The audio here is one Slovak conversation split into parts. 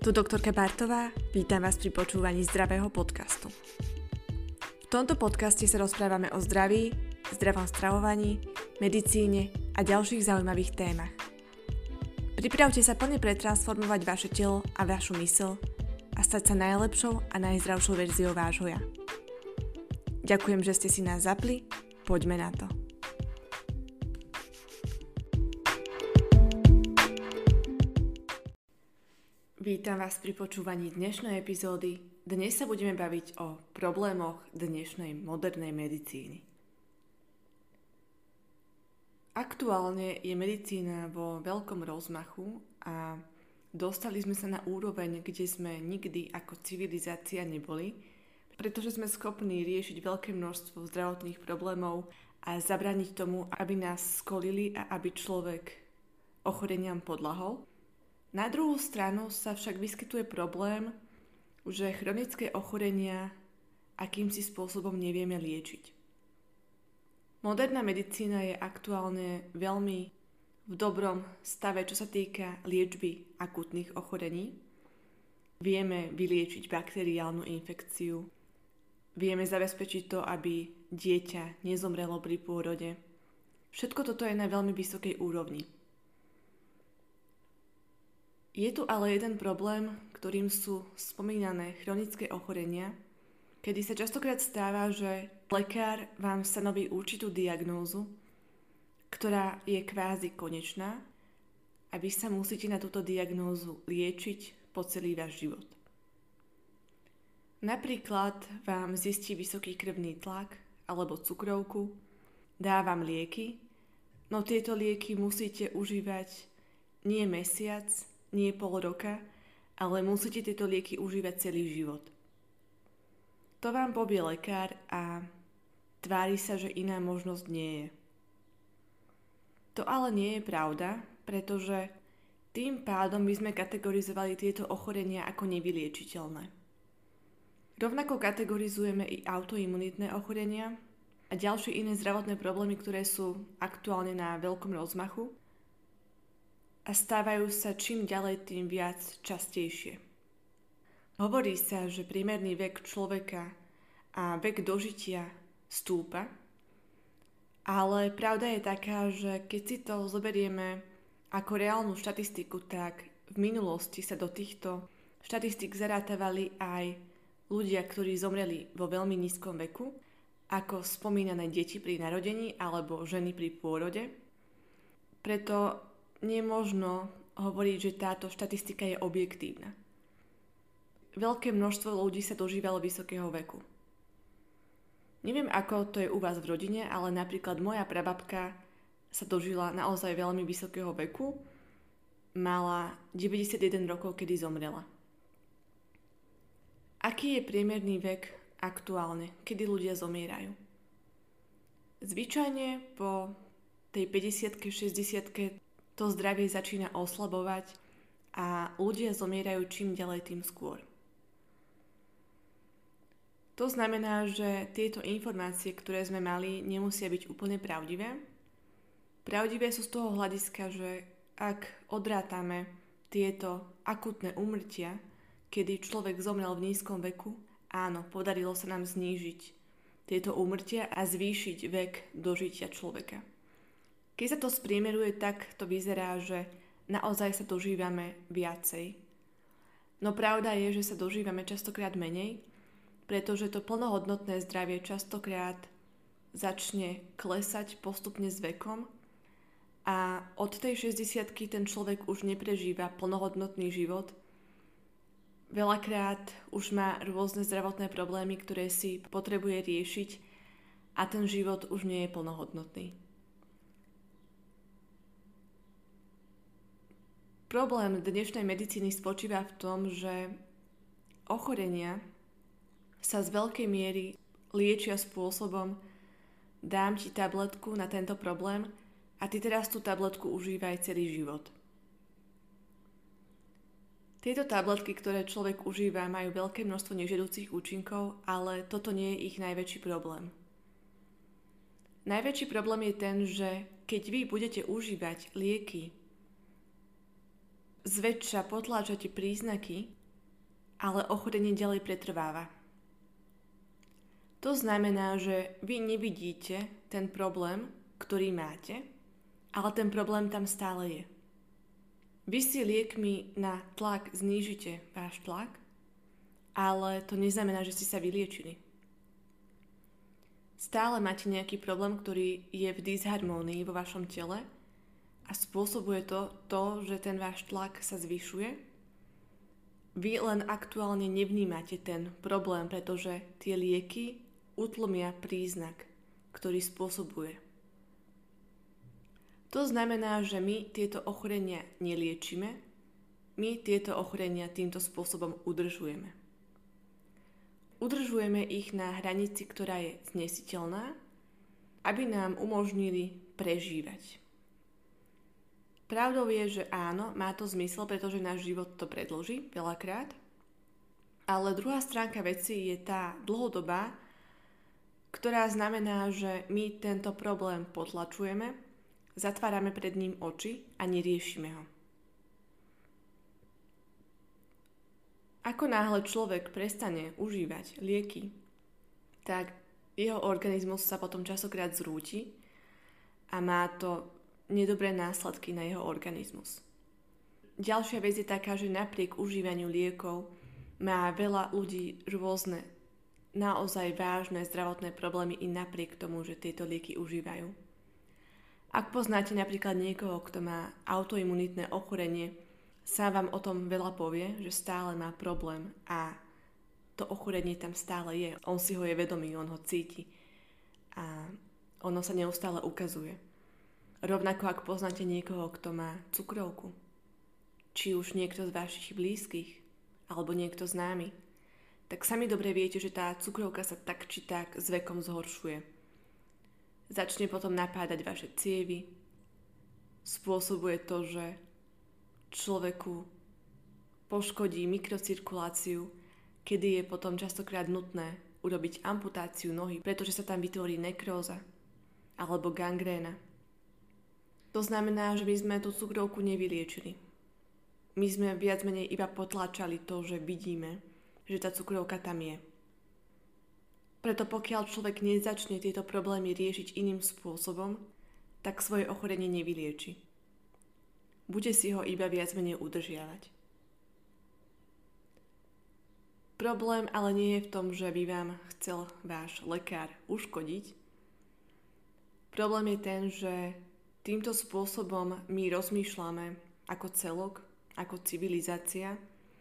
Tu doktorka Bartová, vítam vás pri počúvaní zdravého podcastu. V tomto podcaste sa rozprávame o zdraví, zdravom stravovaní, medicíne a ďalších zaujímavých témach. Pripravte sa plne pretransformovať vaše telo a vašu myseľ a stať sa najlepšou a najzdravšou verziou vášho ja. Ďakujem, že ste si nás zapli, poďme na to. Vítam vás pri počúvaní dnešnej epizódy. Dnes sa budeme baviť o problémoch dnešnej modernej medicíny. Aktuálne je medicína vo veľkom rozmachu a dostali sme sa na úroveň, kde sme nikdy ako civilizácia neboli, pretože sme schopní riešiť veľké množstvo zdravotných problémov a zabrániť tomu, aby nás skolili a aby človek ochoreniam podľahol. Na druhú stranu sa však vyskytuje problém, že chronické ochorenia akýmsi spôsobom nevieme liečiť. Moderná medicína je aktuálne veľmi v dobrom stave, čo sa týka liečby akútnych ochorení. Vieme vyliečiť bakteriálnu infekciu, vieme zabezpečiť to, aby dieťa nezomrelo pri pôrode. Všetko toto je na veľmi vysokej úrovni. Je tu ale jeden problém, ktorým sú spomínané chronické ochorenia, kedy sa častokrát stáva, že lekár vám stanoví určitú diagnózu, ktorá je kvázi konečná a vy sa musíte na túto diagnózu liečiť po celý váš život. Napríklad vám zistí vysoký krvný tlak alebo cukrovku, dá vám lieky, no tieto lieky musíte užívať nie mesiac, nie pol roka, ale musíte tieto lieky užívať celý život. To vám povie lekár a tvári sa, že iná možnosť nie je. To ale nie je pravda, pretože tým pádom by sme kategorizovali tieto ochorenia ako nevyliečiteľné. Rovnako kategorizujeme i autoimunitné ochorenia a ďalšie iné zdravotné problémy, ktoré sú aktuálne na veľkom rozmachu a stávajú sa čím ďalej tým viac častejšie. Hovorí sa, že priemerný vek človeka a vek dožitia stúpa, ale pravda je taká, že keď si to zoberieme ako reálnu štatistiku, tak v minulosti sa do týchto štatistík zarátavali aj ľudia, ktorí zomreli vo veľmi nízkom veku, ako spomínané deti pri narodení alebo ženy pri pôrode. Preto nemožno hovoriť, že táto štatistika je objektívna. Veľké množstvo ľudí sa dožívalo vysokého veku. Neviem, ako to je u vás v rodine, ale napríklad moja prababka sa dožila naozaj veľmi vysokého veku. Mala 91 rokov, kedy zomrela. Aký je priemerný vek aktuálne, kedy ľudia zomierajú? Zvyčajne po tej 50-ke, 60-ke to zdravie začína oslabovať a ľudia zomierajú čím ďalej, tým skôr. To znamená, že tieto informácie, ktoré sme mali, nemusia byť úplne pravdivé. Pravdivé sú z toho hľadiska, že ak odrátame tieto akútne úmrtia, kedy človek zomrel v nízkom veku, áno, podarilo sa nám znížiť tieto úmrtia a zvýšiť vek dožitia človeka. Keď sa to spriemeruje, tak to vyzerá, že naozaj sa dožívame viacej. No pravda je, že sa dožívame častokrát menej, pretože to plnohodnotné zdravie častokrát začne klesať postupne s vekom a od tej 60-ky ten človek už neprežíva plnohodnotný život. Veľakrát už má rôzne zdravotné problémy, ktoré si potrebuje riešiť a ten život už nie je plnohodnotný. Problém dnešnej medicíny spočíva v tom, že ochorenia sa z veľkej miery liečia spôsobom dám ti tabletku na tento problém a ty teraz tú tabletku užívaj celý život. Tieto tabletky, ktoré človek užíva, majú veľké množstvo nežiaducich účinkov, ale toto nie je ich najväčší problém. Najväčší problém je ten, že keď vy budete užívať lieky zväčša potláčate príznaky, ale ochorenie ďalej pretrváva. To znamená, že vy nevidíte ten problém, ktorý máte, ale ten problém tam stále je. Vy si liekmi na tlak znížite váš tlak, ale to neznamená, že ste sa vyliečili. Stále máte nejaký problém, ktorý je v disharmónii vo vašom tele a spôsobuje to, že ten váš tlak sa zvyšuje. Vy len aktuálne nevnímate ten problém, pretože tie lieky utlmia príznak, ktorý spôsobuje. To znamená, že my tieto ochorenia neliečime, my tieto ochorenia týmto spôsobom udržujeme. Udržujeme ich na hranici, ktorá je znesiteľná, aby nám umožnili prežívať. Pravdou je, že áno, má to zmysel, pretože náš život to predĺží veľakrát, ale druhá stránka veci je tá dlhodobá, ktorá znamená, že my tento problém potlačujeme, zatvárame pred ním oči a neriešime ho. Ako náhle človek prestane užívať lieky, tak jeho organizmus sa potom častokrát zrúti a má to nedobré následky na jeho organizmus. Ďalšia vec je taká, že napriek užívaniu liekov má veľa ľudí rôzne naozaj vážne zdravotné problémy i napriek tomu, že tieto lieky užívajú. Ak poznáte napríklad niekoho, kto má autoimunitné ochorenie, sám vám o tom veľa povie, že stále má problém a to ochorenie tam stále je. On si ho je vedomý, on ho cíti a ono sa neustále ukazuje. Rovnako ak poznáte niekoho, kto má cukrovku, či už niekto z vašich blízkych, alebo niekto známy, tak sami dobre viete, že tá cukrovka sa tak či tak s vekom zhoršuje. Začne potom napádať vaše cievy, spôsobuje to, že človeku poškodí mikrocirkuláciu, kedy je potom častokrát nutné urobiť amputáciu nohy, pretože sa tam vytvorí nekróza alebo gangréna. To znamená, že my sme tú cukrovku nevyliečili. My sme viac menej iba potláčali to, že vidíme, že tá cukrovka tam je. Preto pokiaľ človek nezačne tieto problémy riešiť iným spôsobom, tak svoje ochorenie nevylieči. Bude si ho iba viac menej udržiavať. Problém ale nie je v tom, že by vám chcel váš lekár uškodiť. Problém je ten, že týmto spôsobom my rozmýšľame ako celok, ako civilizácia.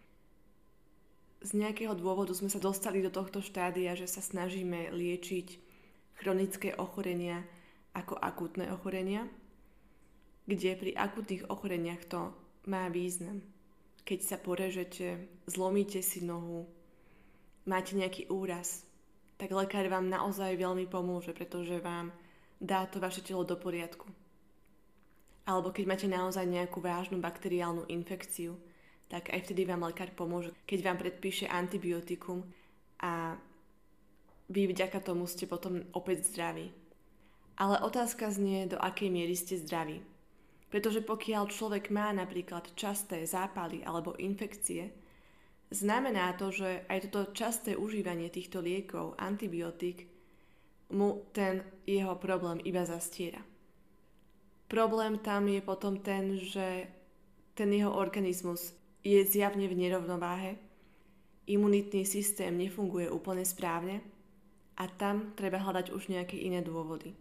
Z nejakého dôvodu sme sa dostali do tohto štádia, že sa snažíme liečiť chronické ochorenia ako akútne ochorenia, kde pri akútnych ochoreniach to má význam. Keď sa porežete, zlomíte si nohu, máte nejaký úraz, tak lekár vám naozaj veľmi pomôže, pretože vám dá to vaše telo do poriadku. Alebo keď máte naozaj nejakú vážnu bakteriálnu infekciu, tak aj vtedy vám lekár pomôže, keď vám predpíše antibiotikum a vy vďaka tomu ste potom opäť zdraví. Ale otázka znie, do akej miery ste zdraví. Pretože pokiaľ človek má napríklad časté zápaly alebo infekcie, znamená to, že aj toto časté užívanie týchto liekov, antibiotík, mu ten jeho problém iba zastiera. Problém tam je potom ten, že ten jeho organizmus je zjavne v nerovnováhe, imunitný systém nefunguje úplne správne a tam treba hľadať už nejaké iné dôvody.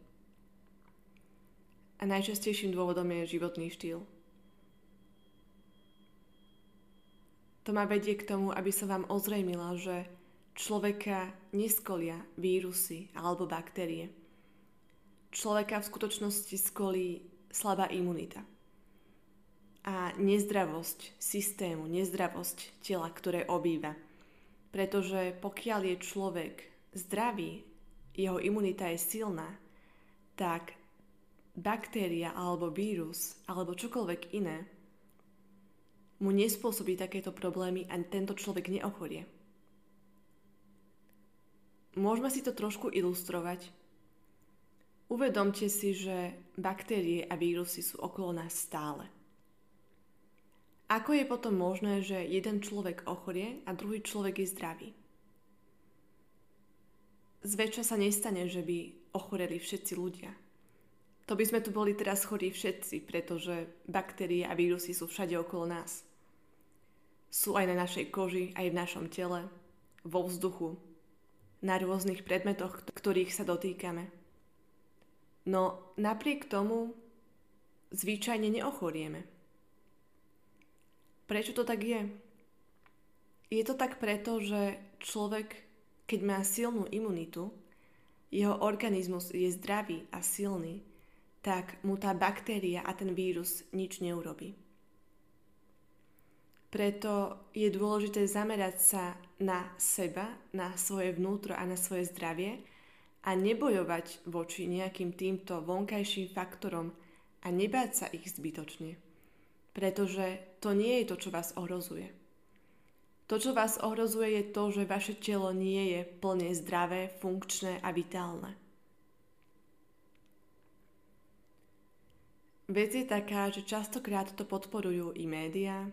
A najčastejším dôvodom je životný štýl. To ma vedie k tomu, aby som vám ozrejmila, že človeka neskolia vírusy alebo baktérie. Človeka v skutočnosti skolí slabá imunita a nezdravosť systému, nezdravosť tela, ktoré obýva. Pretože pokiaľ je človek zdravý, jeho imunita je silná, tak baktéria alebo vírus alebo čokoľvek iné mu nespôsobí takéto problémy a tento človek neochorie. Môžeme si to trošku ilustrovať. Uvedomte si, že baktérie a vírusy sú okolo nás stále. Ako je potom možné, že jeden človek ochorie a druhý človek je zdravý? Zväčša sa nestane, že by ochoreli všetci ľudia. To by sme tu boli teraz chorí všetci, pretože baktérie a vírusy sú všade okolo nás. Sú aj na našej koži, aj v našom tele, vo vzduchu, na rôznych predmetoch, ktorých sa dotýkame. No napriek tomu zvyčajne neochorieme. Prečo to tak je? Je to tak preto, že človek, keď má silnú imunitu, jeho organizmus je zdravý a silný, tak mu tá baktéria a ten vírus nič neurobí. Preto je dôležité zamerať sa na seba, na svoje vnútro a na svoje zdravie a nebojovať voči nejakým týmto vonkajším faktorom a nebáť sa ich zbytočne. Pretože to nie je to, čo vás ohrozuje. To, čo vás ohrozuje, je to, že vaše telo nie je plne zdravé, funkčné a vitálne. Vec je taká, že častokrát to podporujú i médiá.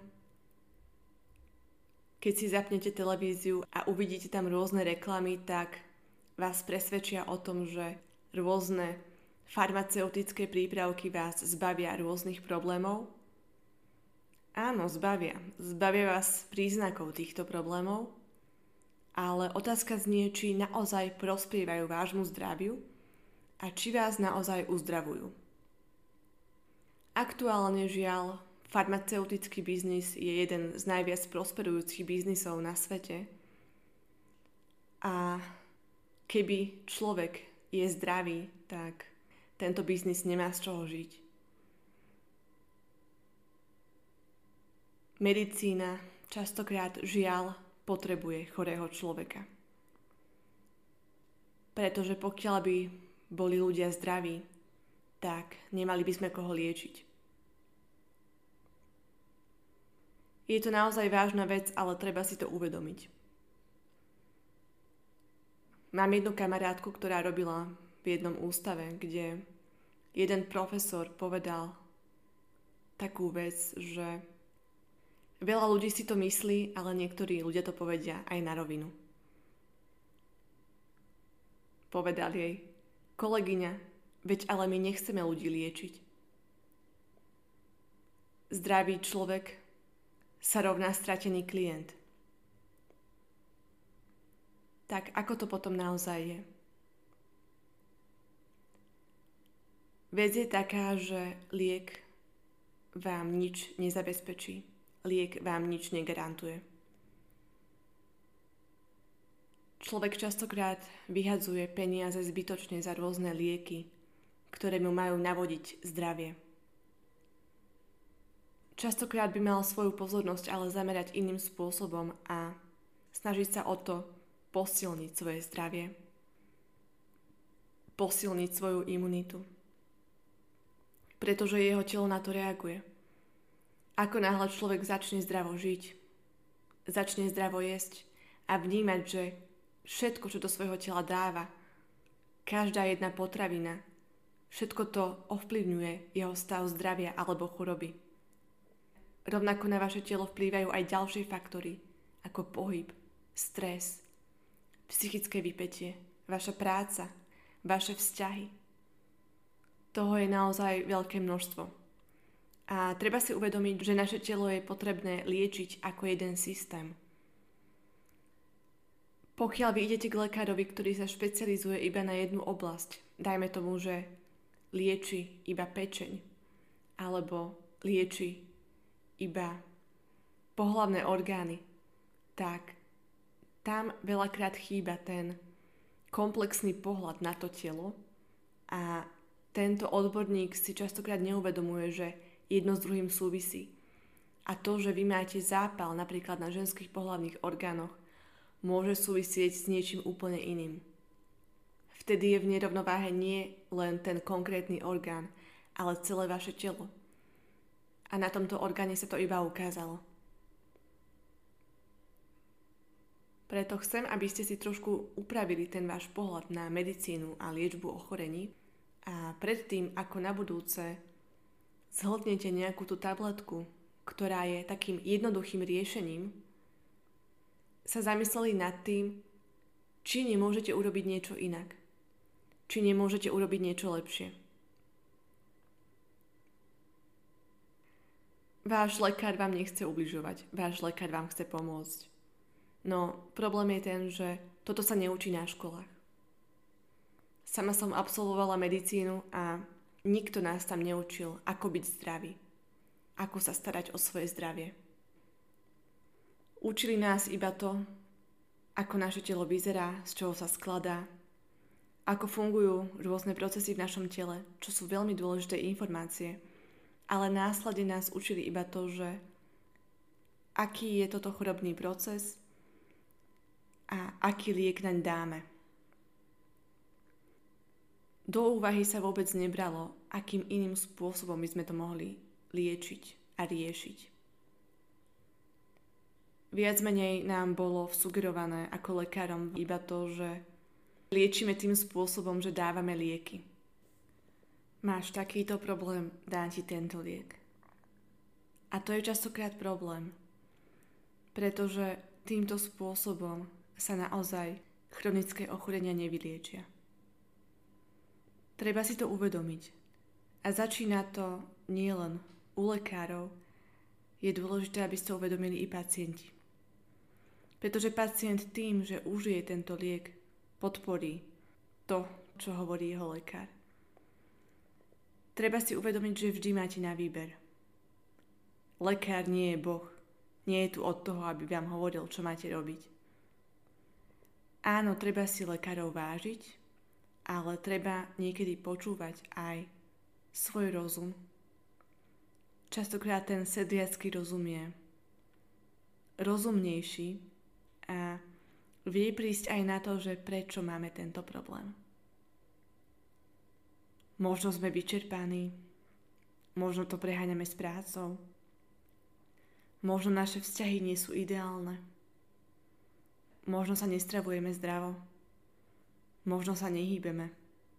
Keď si zapnete televíziu a uvidíte tam rôzne reklamy, tak vás presvedčia o tom, že rôzne farmaceutické prípravky vás zbavia rôznych problémov. Áno, zbavia. Zbavia vás príznakov týchto problémov, ale otázka znie, či naozaj prospievajú vášmu zdraviu a či vás naozaj uzdravujú. Aktuálne žiaľ, farmaceutický biznis je jeden z najviac prosperujúcich biznisov na svete a keby človek je zdravý, tak tento biznis nemá z čoho žiť. Medicína častokrát žiaľ potrebuje chorého človeka. Pretože pokiaľ by boli ľudia zdraví, tak nemali by sme koho liečiť. Je to naozaj vážna vec, ale treba si to uvedomiť. Mám jednu kamarátku, ktorá robila v jednom ústave, kde jeden profesor povedal takú vec, že veľa ľudí si to myslí, ale niektorí ľudia to povedia aj na rovinu. Povedal jej: kolegyňa, veď ale my nechceme ľudí liečiť. Zdravý človek sa rovná stratený klient. Tak ako to potom naozaj je? Vec je taká, že liek vám nič nezabezpečí. Liek vám nič negarantuje. Človek častokrát vyhadzuje peniaze zbytočne za rôzne lieky, ktoré mu majú navodiť zdravie. Častokrát by mal svoju pozornosť ale zamerať iným spôsobom a snažiť sa o to posilniť svoje zdravie, posilniť svoju imunitu, pretože jeho telo na to reaguje. Ako náhle človek začne zdravo žiť, začne zdravo jesť a vnímať, že všetko, čo do svojho tela dáva, každá jedna potravina, všetko to ovplyvňuje jeho stav zdravia alebo choroby. Rovnako na vaše telo vplývajú aj ďalšie faktory, ako pohyb, stres, psychické vypätie, vaša práca, vaše vzťahy. Toho je naozaj veľké množstvo. A treba si uvedomiť, že naše telo je potrebné liečiť ako jeden systém. Pokiaľ vy idete k lekárovi, ktorý sa špecializuje iba na jednu oblasť, dajme tomu, že lieči iba pečeň, alebo lieči iba pohlavné orgány, tak tam veľakrát chýba ten komplexný pohľad na to telo a tento odborník si častokrát neuvedomuje, že jedno s druhým súvisí. A to, že vy máte zápal napríklad na ženských pohlavných orgánoch, môže súvisieť s niečím úplne iným. Vtedy je v nerovnováhe nie len ten konkrétny orgán, ale celé vaše telo. A na tomto orgáne sa to iba ukázalo. Preto chcem, aby ste si trošku upravili ten váš pohľad na medicínu a liečbu ochorení a predtým, ako na budúce zhltnete nejakú tú tabletku, ktorá je takým jednoduchým riešením, sa zamysleli nad tým, či nemôžete urobiť niečo inak. Či nemôžete urobiť niečo lepšie. Váš lekár vám nechce ubližovať. Váš lekár vám chce pomôcť. No, problém je ten, že toto sa neučí na školách. Sama som absolvovala medicínu a nikto nás tam neučil, ako byť zdravý. Ako sa starať o svoje zdravie. Učili nás iba to, ako naše telo vyzerá, z čoho sa skladá, ako fungujú rôzne procesy v našom tele, čo sú veľmi dôležité informácie, ale následne nás učili iba to, že aký je toto chorobný proces a aký liek naň dáme. Do úvahy sa vôbec nebralo, akým iným spôsobom by sme to mohli liečiť a riešiť. Viac menej nám bolo vsugerované ako lekárom iba to, že liečíme tým spôsobom, že dávame lieky. Máš takýto problém, dám ti tento liek. A to je častokrát problém, pretože týmto spôsobom sa naozaj chronické ochorenia nevyliečia. Treba si to uvedomiť. A začína to nielen u lekárov, je dôležité, aby ste uvedomili i pacienti. Pretože pacient tým, že užije tento liek, podporí to, čo hovorí jeho lekár. Treba si uvedomiť, že vždy máte na výber. Lekár nie je Boh. Nie je tu od toho, aby vám hovoril, čo máte robiť. Áno, treba si lekárov vážiť, ale treba niekedy počúvať aj svoj rozum. Častokrát ten sedliacky rozum je rozumnejší a vie prísť aj na to, že prečo máme tento problém. Možno sme vyčerpaní, možno to preháňame s prácou, možno naše vzťahy nie sú ideálne, možno sa nestravujeme zdravo, možno sa nehýbeme.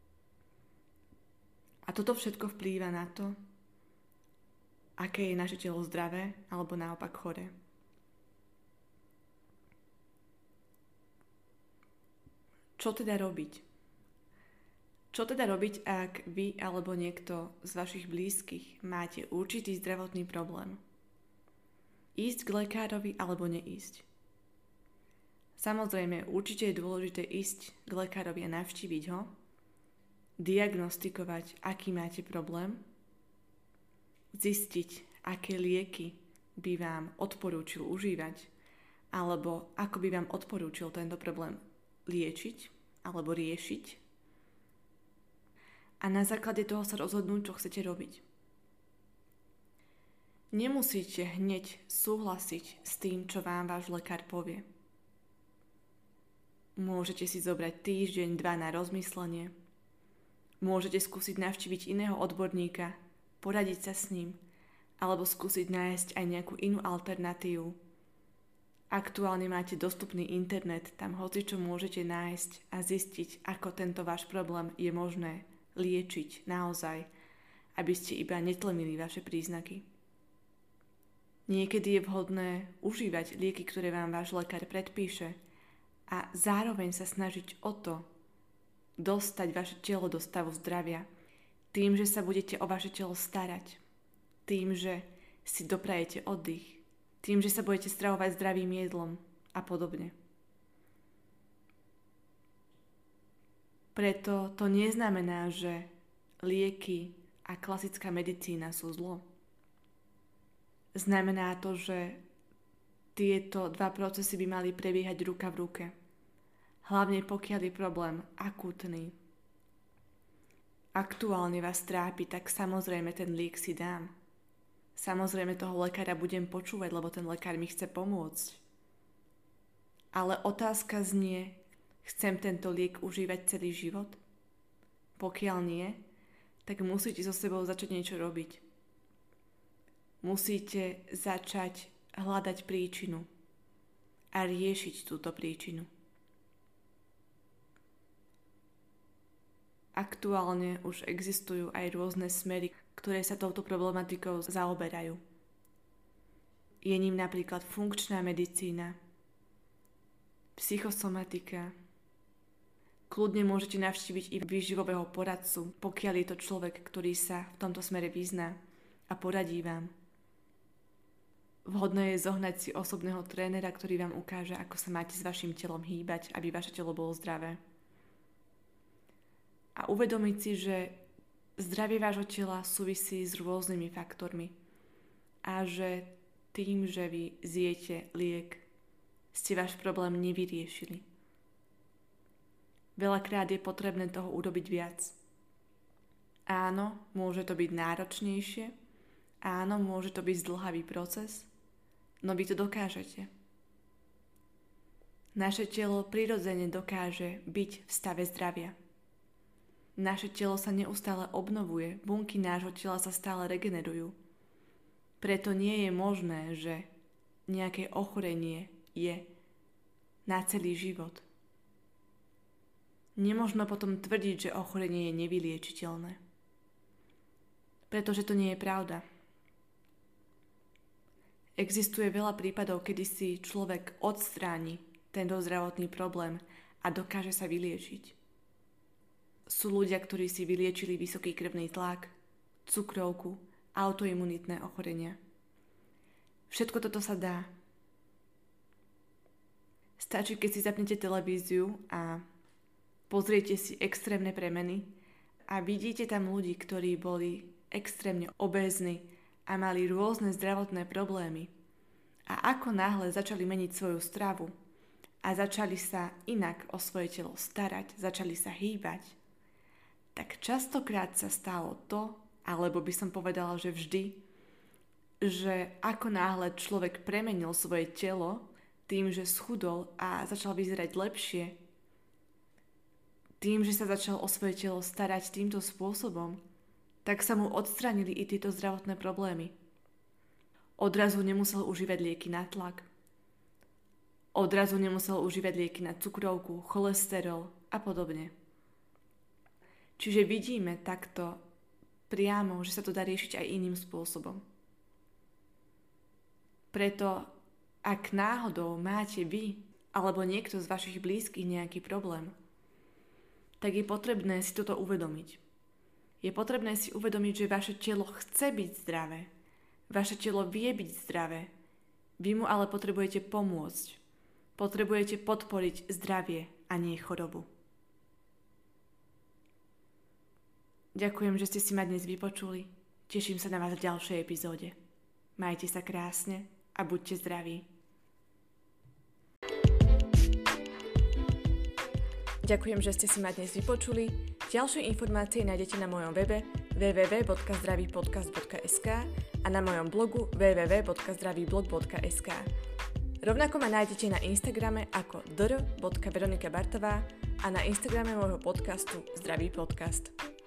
A toto všetko vplýva na to, aké je naše telo zdravé alebo naopak choré. Čo teda robiť? Čo teda robiť, ak vy alebo niekto z vašich blízkych máte určitý zdravotný problém? Ísť k lekárovi alebo neísť? Samozrejme, určite je dôležité ísť k lekárovi a navštíviť ho, diagnostikovať, aký máte problém, zistiť, aké lieky by vám odporúčil užívať, alebo ako by vám odporúčil tento problém liečiť alebo riešiť a na základe toho sa rozhodnúť, čo chcete robiť. Nemusíte hneď súhlasiť s tým, čo vám váš lekár povie. Môžete si zobrať týždeň, 2 na rozmyslenie. Môžete skúsiť navštíviť iného odborníka, poradiť sa s ním, alebo skúsiť nájsť aj nejakú inú alternatívu. Aktuálne máte dostupný internet, tam hocičo môžete nájsť a zistiť, ako tento váš problém je možné liečiť naozaj, aby ste iba netlmili vaše príznaky. Niekedy je vhodné užívať lieky, ktoré vám váš lekár predpíše a zároveň sa snažiť o to dostať vaše telo do stavu zdravia, tým, že sa budete o vaše telo starať, tým, že si doprajete oddych, tým, že sa budete stravovať zdravým jedlom a podobne. Preto to neznamená, že lieky a klasická medicína sú zlo. Znamená to, že tieto dva procesy by mali prebiehať ruka v ruke. Hlavne pokiaľ je problém akútny. Aktuálne vás trápi, tak samozrejme ten liek si dám. Samozrejme toho lekára budem počúvať, lebo ten lekár mi chce pomôcť. Ale otázka znie, chcem tento liek užívať celý život? Pokiaľ nie, tak musíte so sebou začať niečo robiť. Musíte začať hľadať príčinu a riešiť túto príčinu. Aktuálne už existujú aj rôzne smery, ktoré sa touto problematikou zaoberajú. Je ním napríklad funkčná medicína, psychosomatika. Kľudne môžete navštíviť i výživového poradcu, pokiaľ je to človek, ktorý sa v tomto smere vyzná a poradí vám. Vhodné je zohnať si osobného trénera, ktorý vám ukáže, ako sa máte s vašim telom hýbať, aby vaše telo bolo zdravé. A uvedomiť si, že zdravie vášho tela súvisí s rôznymi faktormi a že tým, že vy zjete liek, ste váš problém nevyriešili. Veľakrát je potrebné toho urobiť viac. Áno, môže to byť náročnejšie, áno, môže to byť zdĺhavý proces, no vy to dokážete. Naše telo prirodzene dokáže byť v stave zdravia. Naše telo sa neustále obnovuje, bunky nášho tela sa stále regenerujú. Preto nie je možné, že nejaké ochorenie je na celý život. Nemožno potom tvrdiť, že ochorenie je nevyliečiteľné. Pretože to nie je pravda. Existuje veľa prípadov, kedy si človek odstráni tento zdravotný problém a dokáže sa vyliečiť. Sú ľudia, ktorí si vyliečili vysoký krvný tlak, cukrovku, autoimunitné ochorenia. Všetko toto sa dá. Stačí, keď si zapnete televíziu a pozriete si extrémne premeny a vidíte tam ľudí, ktorí boli extrémne obézni a mali rôzne zdravotné problémy. A ako náhle začali meniť svoju stravu a začali sa inak o svoje telo starať, začali sa hýbať, tak častokrát sa stalo to, alebo by som povedala, že vždy, že ako náhle človek premenil svoje telo tým, že schudol a začal vyzerať lepšie, tým, že sa začal o svoje telo starať týmto spôsobom, tak sa mu odstránili i tieto zdravotné problémy. Odrazu nemusel užívať lieky na tlak. Odrazu nemusel užívať lieky na cukrovku, cholesterol a podobne. Čiže vidíme takto priamo, že sa to dá riešiť aj iným spôsobom. Preto, ak náhodou máte vy alebo niekto z vašich blízkych nejaký problém, tak je potrebné si toto uvedomiť. Je potrebné si uvedomiť, že vaše telo chce byť zdravé. Vaše telo vie byť zdravé. Vy mu ale potrebujete pomôcť. Potrebujete podporiť zdravie a nie chorobu. Ďakujem, že ste si ma dnes vypočuli. Teším sa na vás v ďalšej epizóde. Majte sa krásne a buďte zdraví. Ďakujem, že ste si ma dnes vypočuli. Ďalšie informácie nájdete na mojom webe www.zdravipodcast.sk a na mojom blogu www.zdravýblog.sk. Rovnako ma nájdete na Instagrame ako dr.veronikabartová a na Instagrame môjho podcastu Zdravý podcast.